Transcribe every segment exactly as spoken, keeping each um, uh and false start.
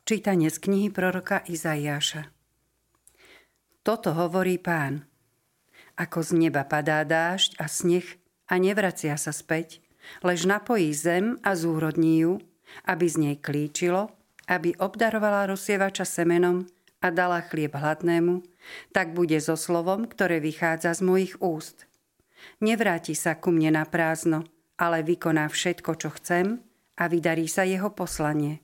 Čítanie z knihy proroka Izaiáša. Toto hovorí Pán. Ako z neba padá dážď a sneh a nevracia sa späť, lež napojí zem a zúrodní ju, aby z nej klíčilo, aby obdarovala rozsievača semenom a dala chlieb hladnému, tak bude so slovom, ktoré vychádza z mojich úst. Nevráti sa ku mne na prázdno, ale vykoná všetko, čo chcem a vydarí sa jeho poslanie.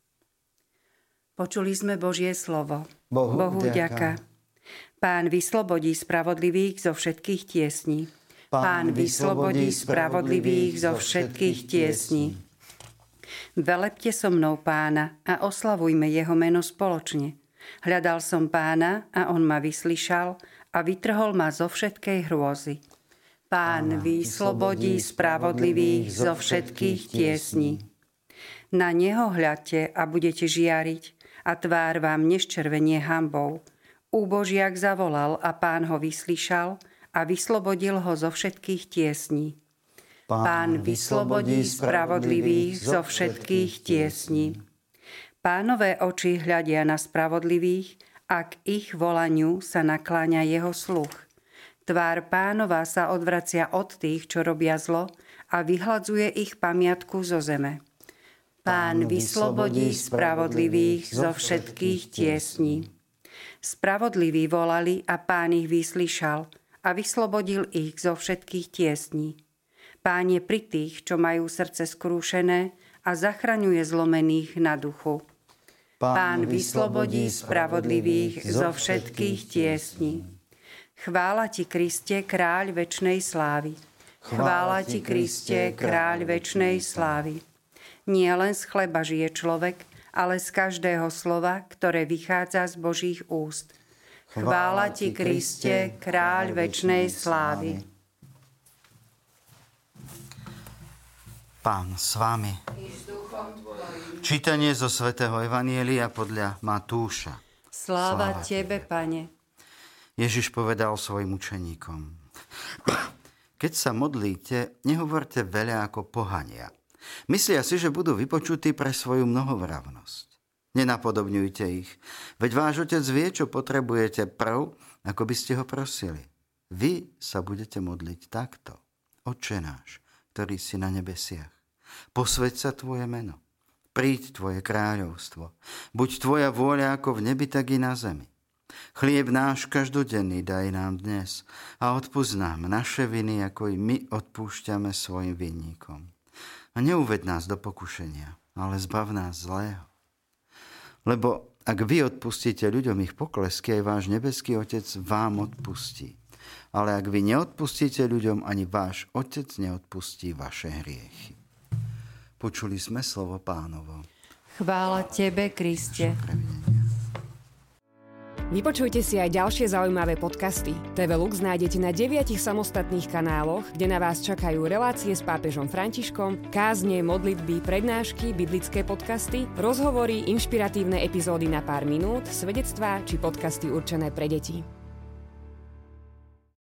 Počuli sme Božie slovo. Bohu, Bohu vďaka. Pán vyslobodí spravodlivých zo všetkých tiesní. Pán vyslobodí spravodlivých zo všetkých tiesní. Velepte so mnou Pána a oslavujme jeho meno spoločne. Hľadal som Pána a on ma vyslyšal a vytrhol ma zo všetkej hrôzy. Pán vyslobodí spravodlivých zo všetkých tiesní. Na neho hľadte a budete žiariť, a tvár vám neščervenie hanbou. Úbožiak zavolal a Pán ho vyslyšal a vyslobodil ho zo všetkých tiesní. Pán vyslobodí spravodlivých zo všetkých tiesní. Pánové oči hľadia na spravodlivých a k ich volaniu sa nakláňa jeho sluch. Tvár Pánova sa odvracia od tých, čo robia zlo, a vyhladzuje ich pamiatku zo zeme. Pán vyslobodí spravodlivých zo všetkých tiesní. Spravodliví volali a Pán ich vyslyšal a vyslobodil ich zo všetkých tiesní. Pán je pri tých, čo majú srdce skrúšené a zachraňuje zlomených na duchu. Pán vyslobodí spravodlivých zo všetkých tiesní. Chvála ti, Kriste, kráľ večnej slávy. Chvála ti, Kriste, kráľ večnej slávy. Nie len z chleba žije človek, ale z každého slova, ktoré vychádza z Božích úst. Chvála ti, Kriste, kráľ večnej slávy. Pán s vami. Čítanie zo svätého Evanjelia podľa Matúša. Sláva, Sláva tebe, Pane. Ježiš povedal svojim učeníkom: Keď sa modlíte, nehovorte veľa ako pohania. Myslia si, že budú vypočutí pre svoju mnohovravnosť. Nenapodobňujte ich, veď váš Otec vie, čo potrebujete prv, ako by ste ho prosili. Vy sa budete modliť takto. Otče náš, ktorý si na nebesiach, posväť sa tvoje meno. Príď tvoje kráľovstvo. Buď tvoja vôľa ako v nebi, tak i na zemi. Chlieb náš každodenný daj nám dnes a odpusť nám naše viny, ako i my odpúšťame svojim vinníkom. A neuved nás do pokušenia, ale zbav nás zlého. Lebo ak vy odpustíte ľuďom ich poklesky, aj váš nebeský Otec vám odpustí. Ale ak vy neodpustíte ľuďom, ani váš Otec neodpustí vaše hriechy. Počuli sme slovo Pánovo. Chvála tebe, Kriste. Vypočujte si aj ďalšie zaujímavé podcasty. té vé Lux nájdete na deviatich samostatných kanáloch, kde na vás čakajú relácie s pápežom Františkom, kázne, modlitby, prednášky, biblické podcasty, rozhovory, inšpiratívne epizódy na pár minút, svedectvá či podcasty určené pre deti.